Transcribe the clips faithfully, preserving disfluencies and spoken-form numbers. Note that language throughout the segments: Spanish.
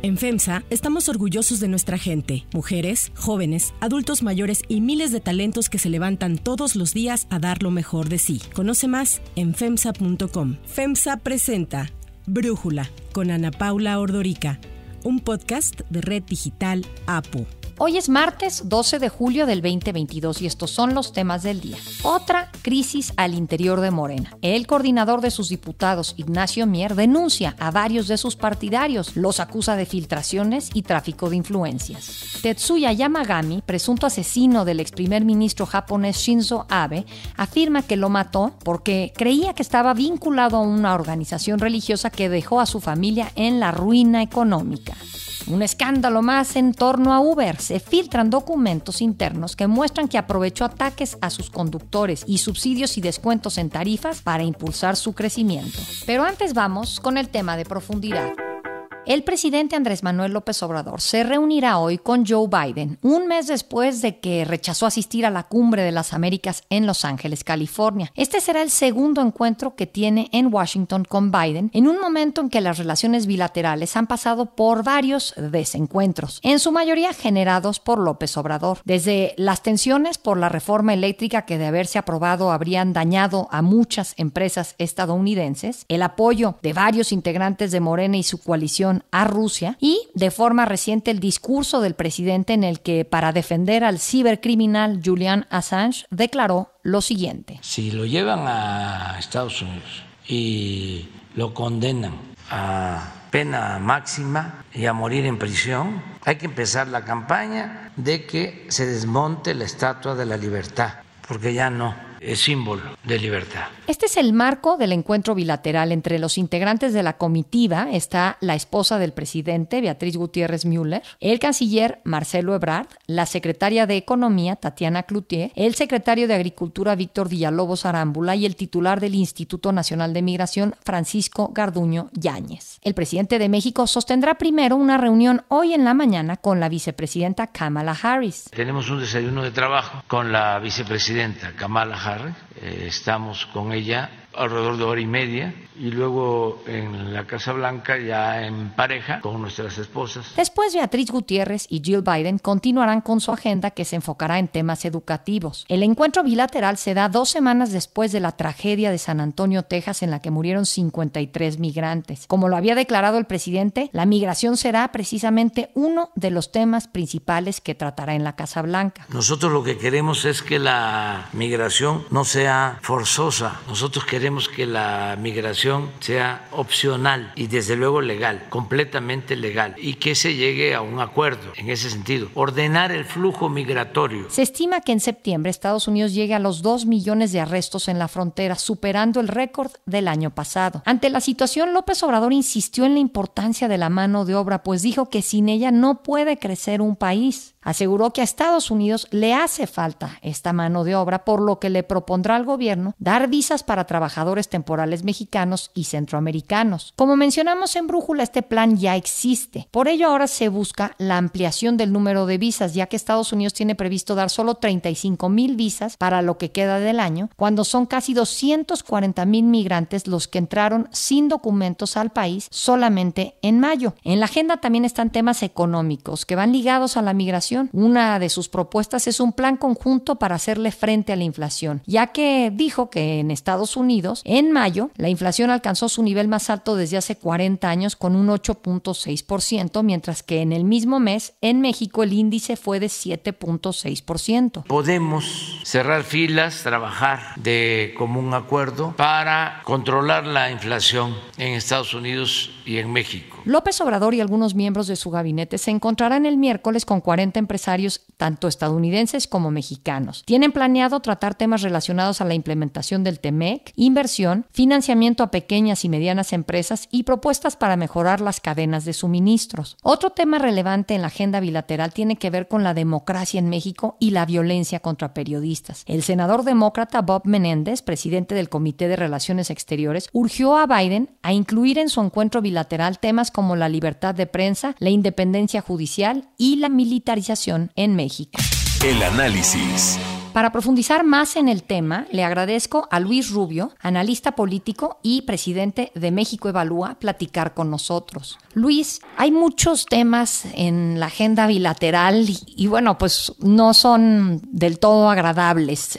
En FEMSA estamos orgullosos de nuestra gente, mujeres, jóvenes, adultos mayores y miles de talentos que se levantan todos los días a dar lo mejor de sí. Conoce más en femsa punto com. FEMSA presenta Brújula con Ana Paula Ordorica, un podcast de Red Digital APO. Hoy es martes doce de julio del veinte veintidós y estos son los temas del día. Otra crisis al interior de Morena. El coordinador de sus diputados, Ignacio Mier, denuncia a varios de sus partidarios. Los acusa de filtraciones y tráfico de influencias. Tetsuya Yamagami, presunto asesino del ex primer ministro japonés Shinzo Abe, afirma que lo mató porque creía que estaba vinculado a una organización religiosa que dejó a su familia en la ruina económica. Un escándalo más en torno a Uber. Se filtran documentos internos que muestran que aprovechó ataques a sus conductores y subsidios y descuentos en tarifas para impulsar su crecimiento. Pero antes vamos con el tema de profundidad. El presidente Andrés Manuel López Obrador se reunirá hoy con Joe Biden, un mes después de que rechazó asistir a la Cumbre de las Américas en Los Ángeles, California. Este será el segundo encuentro que tiene en Washington con Biden, en un momento en que las relaciones bilaterales han pasado por varios desencuentros, en su mayoría generados por López Obrador. Desde las tensiones por la reforma eléctrica que de haberse aprobado habrían dañado a muchas empresas estadounidenses, el apoyo de varios integrantes de Morena y su coalición a Rusia y, de forma reciente, el discurso del presidente en el que, para defender al cibercriminal Julian Assange, declaró lo siguiente. Si lo llevan a Estados Unidos y lo condenan a pena máxima y a morir en prisión, hay que empezar la campaña de que se desmonte la Estatua de la Libertad, porque ya no es símbolo de libertad. Este es el marco del encuentro bilateral. Entre los integrantes de la comitiva está la esposa del presidente, Beatriz Gutiérrez Müller, el canciller Marcelo Ebrard, la secretaria de Economía, Tatiana Cloutier, el secretario de Agricultura, Víctor Villalobos Arámbula, y el titular del Instituto Nacional de Migración, Francisco Garduño Yáñez. El presidente de México sostendrá primero una reunión hoy en la mañana con la vicepresidenta Kamala Harris. Tenemos un desayuno de trabajo con la vicepresidenta Kamala Harris. Estamos con ella alrededor de hora y media y luego en la Casa Blanca ya en pareja con nuestras esposas. Después Beatriz Gutiérrez y Jill Biden continuarán con su agenda que se enfocará en temas educativos. El encuentro bilateral se da dos semanas después de la tragedia de San Antonio, Texas, en la que murieron cincuenta y tres migrantes. Como lo había declarado el presidente, la migración será precisamente uno de los temas principales que tratará en la Casa Blanca. Nosotros lo que queremos es que la migración no sea forzosa. Nosotros queremos Queremos que la migración sea opcional y desde luego legal, completamente legal, y que se llegue a un acuerdo en ese sentido. Ordenar el flujo migratorio. Se estima que en septiembre Estados Unidos llegue a los dos millones de arrestos en la frontera, superando el récord del año pasado. Ante la situación, López Obrador insistió en la importancia de la mano de obra, pues dijo que sin ella no puede crecer un país. Aseguró que a Estados Unidos le hace falta esta mano de obra, por lo que le propondrá al gobierno dar visas para trabajadores temporales mexicanos y centroamericanos. Como mencionamos en Brújula, este plan ya existe. Por ello, ahora se busca la ampliación del número de visas, ya que Estados Unidos tiene previsto dar solo treinta y cinco mil visas para lo que queda del año, cuando son casi doscientos cuarenta mil migrantes los que entraron sin documentos al país solamente en mayo. En la agenda también están temas económicos que van ligados a la migración. Una de sus propuestas es un plan conjunto para hacerle frente a la inflación, ya que dijo que en Estados Unidos, en mayo, la inflación alcanzó su nivel más alto desde hace cuarenta años con un ocho punto seis por ciento, mientras que en el mismo mes, en México, el índice fue de siete punto seis por ciento. Podemos cerrar filas, trabajar de común acuerdo para controlar la inflación en Estados Unidos y en México. López Obrador y algunos miembros de su gabinete se encontrarán el miércoles con cuarenta empresarios, tanto estadounidenses como mexicanos. Tienen planeado tratar temas relacionados a la implementación del TEMEC, inversión, financiamiento a pequeñas y medianas empresas y propuestas para mejorar las cadenas de suministros. Otro tema relevante en la agenda bilateral tiene que ver con la democracia en México y la violencia contra periodistas. El senador demócrata Bob Menéndez, presidente del Comité de Relaciones Exteriores, urgió a Biden a incluir en su encuentro bilateral temas como la libertad de prensa, la independencia judicial y la militarización en México. El análisis. Para profundizar más en el tema, le agradezco a Luis Rubio, analista político y presidente de México Evalúa, platicar con nosotros. Luis, hay muchos temas en la agenda bilateral y, y bueno, pues no son del todo agradables.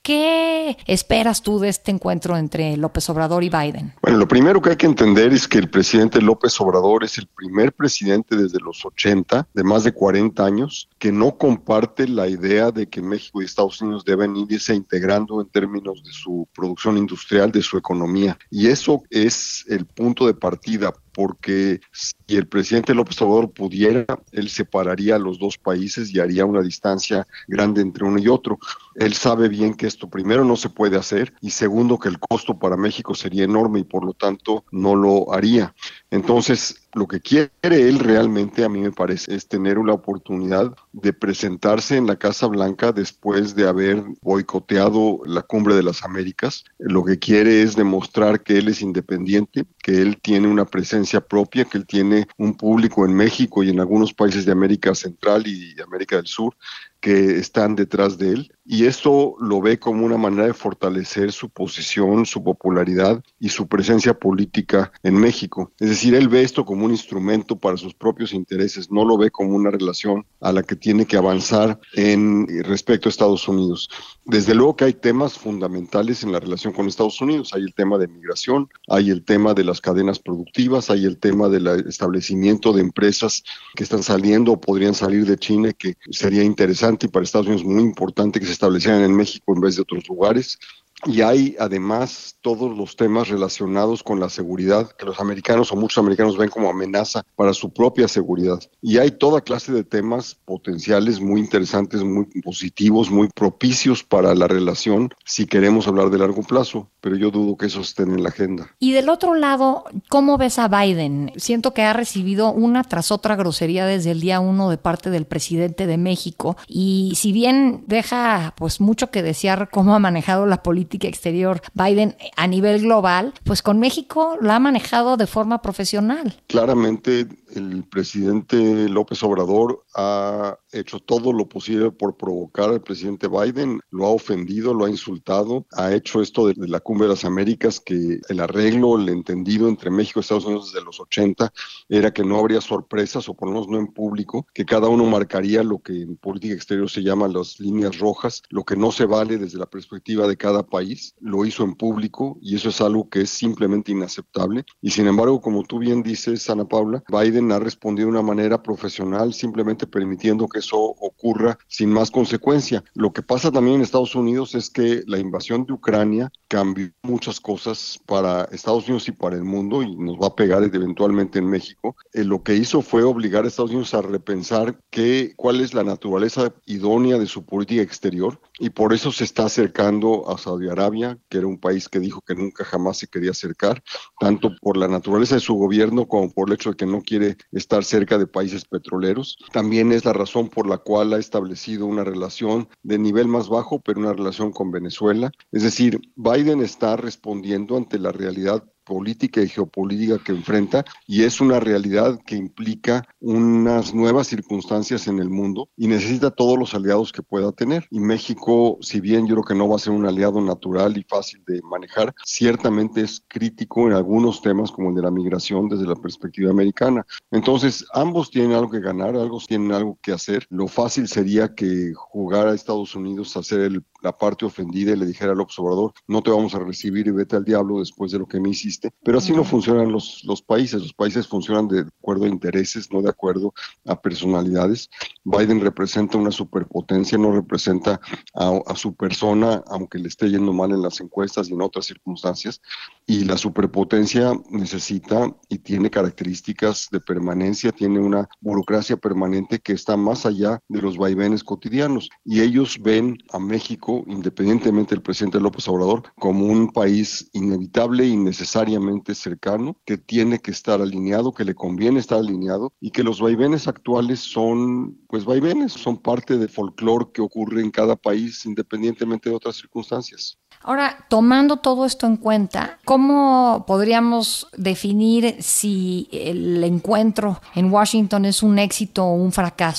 ¿Qué esperas tú de este encuentro entre López Obrador y Biden? Bueno, lo primero que hay que entender es que el presidente López Obrador es el primer presidente desde los ochenta, de más de cuarenta años, que no comparte la idea de que México y Estados Unidos deben irse integrando en términos de su producción industrial, de su economía. Y eso es el punto de partida, porque si el presidente López Obrador pudiera, él separaría a los dos países y haría una distancia grande entre uno y otro. Él sabe bien que esto primero no se puede hacer y segundo que el costo para México sería enorme y por lo tanto no lo haría. Entonces, lo que quiere él realmente, a mí me parece, es tener una oportunidad de presentarse en la Casa Blanca después de haber boicoteado la Cumbre de las Américas. Lo que quiere es demostrar que él es independiente, que él tiene una presencia propia, que él tiene un público en México y en algunos países de América Central y América del Sur que están detrás de él, y esto lo ve como una manera de fortalecer su posición, su popularidad y su presencia política en México. Es decir, él ve esto como un instrumento para sus propios intereses, no lo ve como una relación a la que tiene que avanzar en respecto a Estados Unidos. Desde luego que hay temas fundamentales en la relación con Estados Unidos, hay el tema de migración, hay el tema de las cadenas productivas, hay el tema del establecimiento de empresas que están saliendo o podrían salir de China, que sería interesante y para Estados Unidos muy importante que se establecieran en México en vez de otros lugares. Y hay además todos los temas relacionados con la seguridad que los americanos o muchos americanos ven como amenaza para su propia seguridad. Y hay toda clase de temas potenciales muy interesantes, muy positivos, muy propicios para la relación si queremos hablar de largo plazo, pero yo dudo que eso esté en la agenda. Y del otro lado, ¿cómo ves a Biden? Siento que ha recibido una tras otra grosería desde el día uno de parte del presidente de México y si bien deja pues mucho que desear cómo ha manejado la política exterior Biden a nivel global, pues con México lo ha manejado de forma profesional. Claramente el presidente López Obrador ha hecho todo lo posible por provocar al presidente Biden, lo ha ofendido, lo ha insultado, ha hecho esto de, de la Cumbre de las Américas, que el arreglo, el entendido entre México y Estados Unidos desde los ochenta era que no habría sorpresas, o por lo menos no en público, que cada uno marcaría lo que en política exterior se llama las líneas rojas, lo que no se vale desde la perspectiva de cada país, lo hizo en público y eso es algo que es simplemente inaceptable. Y sin embargo, como tú bien dices, Ana Paula, Biden ha respondido de una manera profesional, simplemente permitiendo que eso ocurra sin más consecuencia. Lo que pasa también en Estados Unidos es que la invasión de Ucrania cambió muchas cosas para Estados Unidos y para el mundo y nos va a pegar eventualmente en México. Eh, lo que hizo fue obligar a Estados Unidos a repensar qué, cuál es la naturaleza idónea de su política exterior y por eso se está acercando a Saudi Arabia, que era un país que dijo que nunca jamás se quería acercar, tanto por la naturaleza de su gobierno como por el hecho de que no quiere estar cerca de países petroleros. También es la razón por la cual ha establecido una relación de nivel más bajo, pero una relación con Venezuela. Es decir, Biden está respondiendo ante la realidad política y geopolítica que enfrenta y es una realidad que implica unas nuevas circunstancias en el mundo y necesita todos los aliados que pueda tener. Y México, si bien yo creo que no va a ser un aliado natural y fácil de manejar, ciertamente es crítico en algunos temas como el de la migración desde la perspectiva americana. Entonces, ambos tienen algo que ganar, ambos tienen algo que hacer. Lo fácil sería que jugara a Estados Unidos a ser el, la parte ofendida y le dijera al López Obrador, no te vamos a recibir y vete al diablo después de lo que me hiciste. Pero así no funcionan los, los países. Los países funcionan de acuerdo a intereses, no de acuerdo a personalidades. Biden representa una superpotencia, no representa a, a su persona, aunque le esté yendo mal en las encuestas y en otras circunstancias. Y la superpotencia necesita y tiene características de permanencia, tiene una burocracia permanente que está más allá de los vaivenes cotidianos. Y ellos ven a México, independientemente del presidente López Obrador, como un país inevitable y necesario cercano, que tiene que estar alineado, que le conviene estar alineado y que los vaivenes actuales son, pues vaivenes, son parte del folclore que ocurre en cada país independientemente de otras circunstancias. Ahora, tomando todo esto en cuenta, ¿cómo podríamos definir si el encuentro en Washington es un éxito o un fracaso?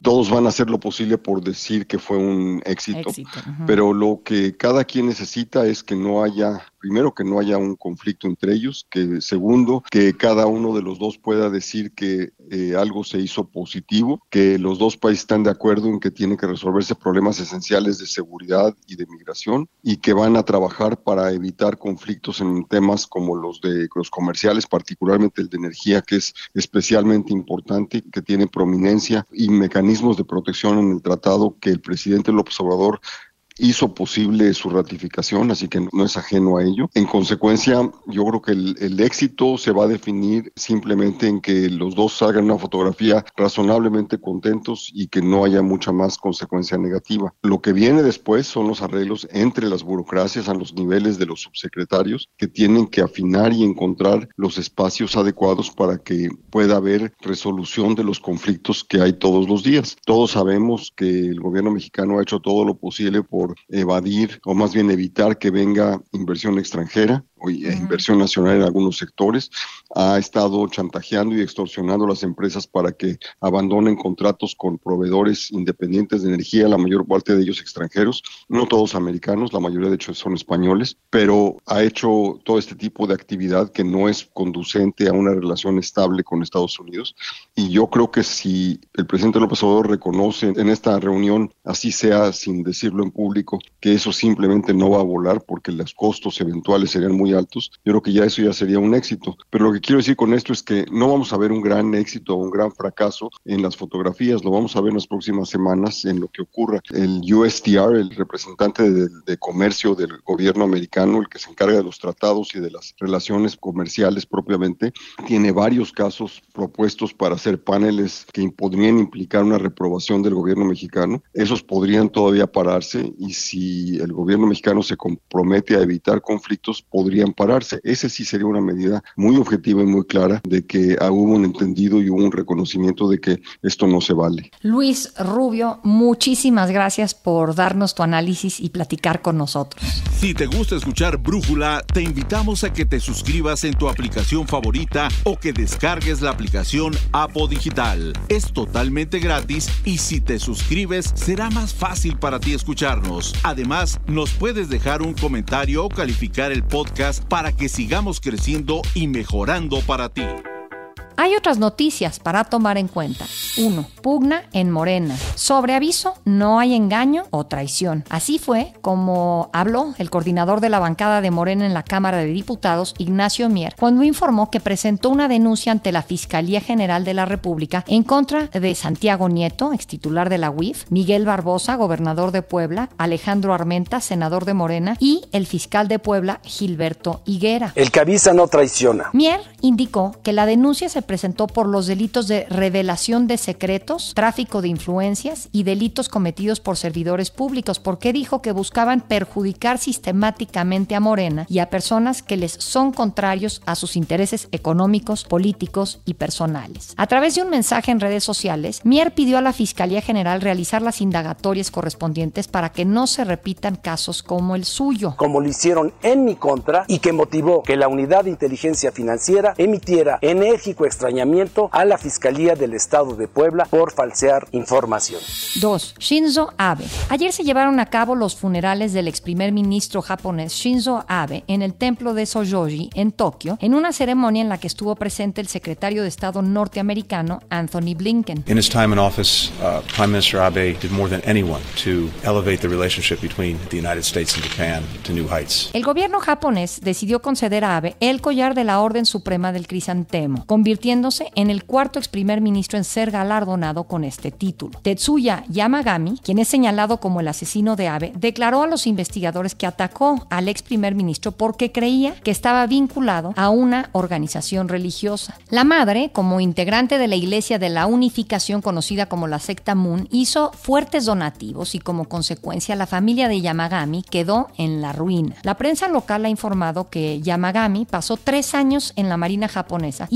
todos van a hacer lo posible por decir que fue un éxito, éxito. Uh-huh. Pero lo que cada quien necesita es que no haya, primero, que no haya un conflicto entre ellos, que segundo, que cada uno de los dos pueda decir que eh, algo se hizo positivo, que los dos países están de acuerdo en que tienen que resolverse problemas esenciales de seguridad y de migración y que van a trabajar para evitar conflictos en temas como los de los comerciales, particularmente el de energía, que es especialmente importante, que tiene prominencia, y mecanismos de protección en el tratado que el presidente López Obrador hizo posible su ratificación, así que no es ajeno a ello. En consecuencia, yo creo que el, el éxito se va a definir simplemente en que los dos salgan una fotografía razonablemente contentos y que no haya mucha más consecuencia negativa. Lo que viene después son los arreglos entre las burocracias a los niveles de los subsecretarios, que tienen que afinar y encontrar los espacios adecuados para que pueda haber resolución de los conflictos que hay todos los días. Todos sabemos que el gobierno mexicano ha hecho todo lo posible por evadir o más bien evitar que venga inversión extranjera o inversión nacional en algunos sectores, ha estado chantajeando y extorsionando a las empresas para que abandonen contratos con proveedores independientes de energía, la mayor parte de ellos extranjeros, no todos americanos, la mayoría de hecho son españoles, pero ha hecho todo este tipo de actividad que no es conducente a una relación estable con Estados Unidos, y yo creo que si el presidente López Obrador reconoce en esta reunión, así sea sin decirlo en público, que eso simplemente no va a volar porque los costos eventuales serían muy altos, yo creo que ya eso ya sería un éxito. Pero lo que quiero decir con esto es que no vamos a ver un gran éxito o un gran fracaso en las fotografías, lo vamos a ver en las próximas semanas en lo que ocurra. El U S T R, el representante de, de comercio del gobierno americano, el que se encarga de los tratados y de las relaciones comerciales propiamente, tiene varios casos propuestos para hacer paneles que podrían implicar una reprobación del gobierno mexicano. Esos podrían todavía pararse, y si el gobierno mexicano se compromete a evitar conflictos, podría pararse. Ese sí sería una medida muy objetiva y muy clara de que hubo un entendido y hubo un reconocimiento de que esto no se vale. Luis Rubio, muchísimas gracias por darnos tu análisis y platicar con nosotros. Si te gusta escuchar Brújula, te invitamos a que te suscribas en tu aplicación favorita o que descargues la aplicación Apo Digital. Es totalmente gratis y si te suscribes será más fácil para ti escucharnos. Además, nos puedes dejar un comentario o calificar el podcast para que sigamos creciendo y mejorando para ti. Hay otras noticias para tomar en cuenta. uno. Pugna en Morena. Sobre aviso, no hay engaño o traición. Así fue como habló el coordinador de la bancada de Morena en la Cámara de Diputados, Ignacio Mier, cuando informó que presentó una denuncia ante la Fiscalía General de la República en contra de Santiago Nieto, extitular de la U I F, Miguel Barbosa, gobernador de Puebla, Alejandro Armenta, senador de Morena, y el fiscal de Puebla, Gilberto Higuera. El que avisa no traiciona. Mier indicó que la denuncia se presentó por los delitos de revelación de secretos, tráfico de influencias y delitos cometidos por servidores públicos, porque dijo que buscaban perjudicar sistemáticamente a Morena y a personas que les son contrarios a sus intereses económicos, políticos y personales. A través de un mensaje en redes sociales, Mier pidió a la Fiscalía General realizar las indagatorias correspondientes para que no se repitan casos como el suyo. Como lo hicieron en mi contra y que motivó que la Unidad de Inteligencia Financiera emitiera enérgico extrañamiento a la Fiscalía del Estado de Puebla por falsear información. dos. Shinzo Abe. Ayer se llevaron a cabo los funerales del ex primer ministro japonés Shinzo Abe en el templo de Sojoji en Tokio, en una ceremonia en la que estuvo presente el secretario de Estado norteamericano Anthony Blinken. In his time in office, uh, Prime Minister Abe did more than anyone to elevate the relationship between the United States and Japan to new heights. El gobierno japonés decidió conceder a Abe el collar de la Orden Suprema del Crisantemo, convirtiéndose en el cuarto ex primer ministro en ser galardonado con este título. Tetsuya Yamagami, quien es señalado como el asesino de Abe, declaró a los investigadores que atacó al ex primer ministro porque creía que estaba vinculado a una organización religiosa. La madre, como integrante de la Iglesia de la Unificación conocida como la secta Moon, hizo fuertes donativos y como consecuencia la familia de Yamagami quedó en la ruina. La prensa local ha informado que Yamagami pasó tres años en la Marina japonesa y que veía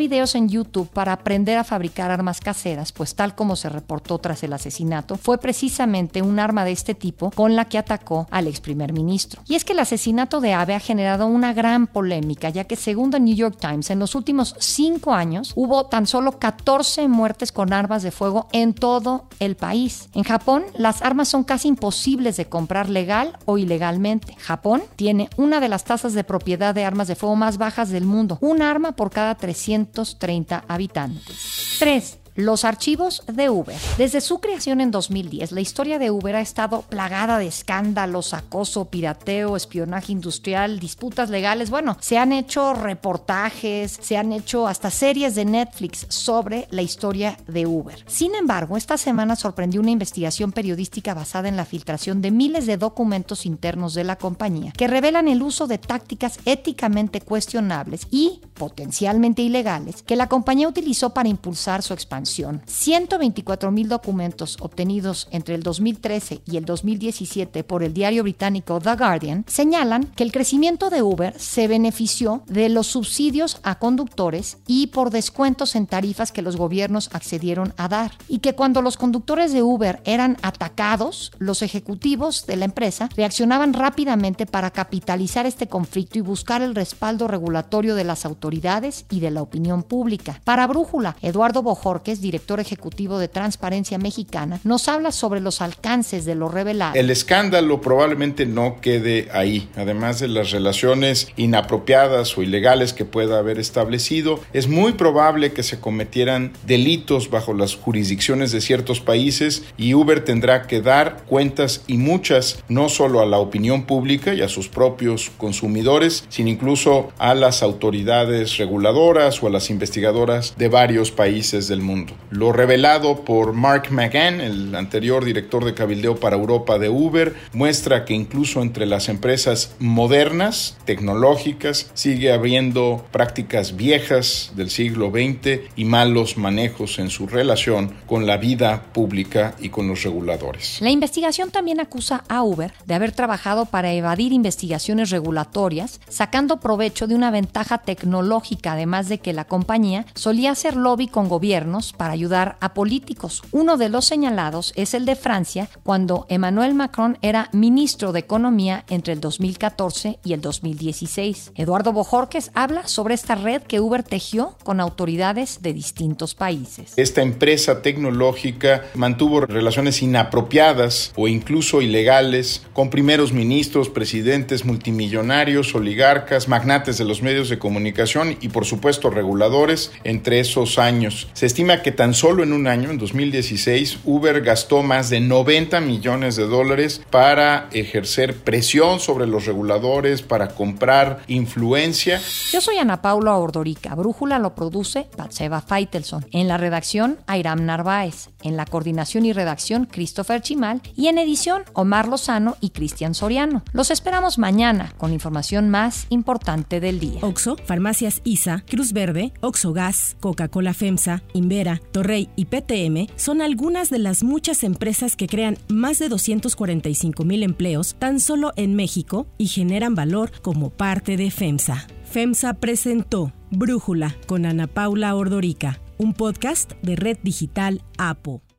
videos en YouTube para aprender a fabricar armas caseras, pues tal como se reportó tras el asesinato, fue precisamente un arma de este tipo con la que atacó al ex primer ministro. Y es que el asesinato de Abe ha generado una gran polémica, ya que según The New York Times, en los últimos cinco años hubo tan solo catorce muertes con armas de fuego en todo el país. En Japón, las armas son casi imposibles de comprar legal o ilegalmente. Japón tiene una de las tasas de propiedad de armas de fuego más bajas del mundo, un arma por cada trescientos treinta habitantes. tres. Los archivos de Uber. Desde su creación en dos mil diez, la historia de Uber ha estado plagada de escándalos, acoso, pirateo, espionaje industrial, disputas legales. Bueno, se han hecho reportajes, se han hecho hasta series de Netflix sobre la historia de Uber. Sin embargo, esta semana sorprendió una investigación periodística basada en la filtración de miles de documentos internos de la compañía que revelan el uso de tácticas éticamente cuestionables y potencialmente ilegales que la compañía utilizó para impulsar su expansión. ciento veinticuatro mil documentos obtenidos entre el dos mil trece y el dos mil diecisiete por el diario británico The Guardian señalan que el crecimiento de Uber se benefició de los subsidios a conductores y por descuentos en tarifas que los gobiernos accedieron a dar, y que cuando los conductores de Uber eran atacados, los ejecutivos de la empresa reaccionaban rápidamente para capitalizar este conflicto y buscar el respaldo regulatorio de las autoridades y de la opinión pública. Para Brújula, Eduardo Bojorquez, director ejecutivo de Transparencia Mexicana, nos habla sobre los alcances de lo revelado. El escándalo probablemente no quede ahí. Además de las relaciones inapropiadas o ilegales que pueda haber establecido, es muy probable que se cometieran delitos bajo las jurisdicciones de ciertos países y Uber tendrá que dar cuentas, y muchas, no solo a la opinión pública y a sus propios consumidores, sino incluso a las autoridades reguladoras o a las investigadoras de varios países del mundo. Lo revelado por Mark McGann, el anterior director de cabildeo para Europa de Uber, muestra que incluso entre las empresas modernas, tecnológicas, sigue habiendo prácticas viejas del siglo veinte y malos manejos en su relación con la vida pública y con los reguladores. La investigación también acusa a Uber de haber trabajado para evadir investigaciones regulatorias, sacando provecho de una ventaja tecnológica, además de que la compañía solía hacer lobby con gobiernos para ayudar a políticos. Uno de los señalados es el de Francia, cuando Emmanuel Macron era ministro de Economía entre el dos mil catorce y el dos mil dieciséis. Eduardo Bojorquez habla sobre esta red que Uber tejió con autoridades de distintos países. Esta empresa tecnológica mantuvo relaciones inapropiadas o incluso ilegales con primeros ministros, presidentes, multimillonarios, oligarcas, magnates de los medios de comunicación y, por supuesto, reguladores entre esos años. Se estima que tan solo en un año, en dos mil dieciséis, Uber gastó más de noventa millones de dólares para ejercer presión sobre los reguladores, para comprar influencia. Yo soy Ana Paula Ordorica. Brújula lo produce Batseba Feitelson. En la redacción, Airam Narváez. En la coordinación y redacción, Christopher Chimal. Y en edición, Omar Lozano y Cristian Soriano. Los esperamos mañana con la información más importante del día. Oxxo, Farmacias I S A, Cruz Verde, Oxxo Gas, Coca-Cola FEMSA, Invera, Torrey y P T M son algunas de las muchas empresas que crean más de doscientos cuarenta y cinco mil empleos tan solo en México y generan valor como parte de FEMSA. FEMSA presentó Brújula con Ana Paula Ordorica, un podcast de Red Digital APO.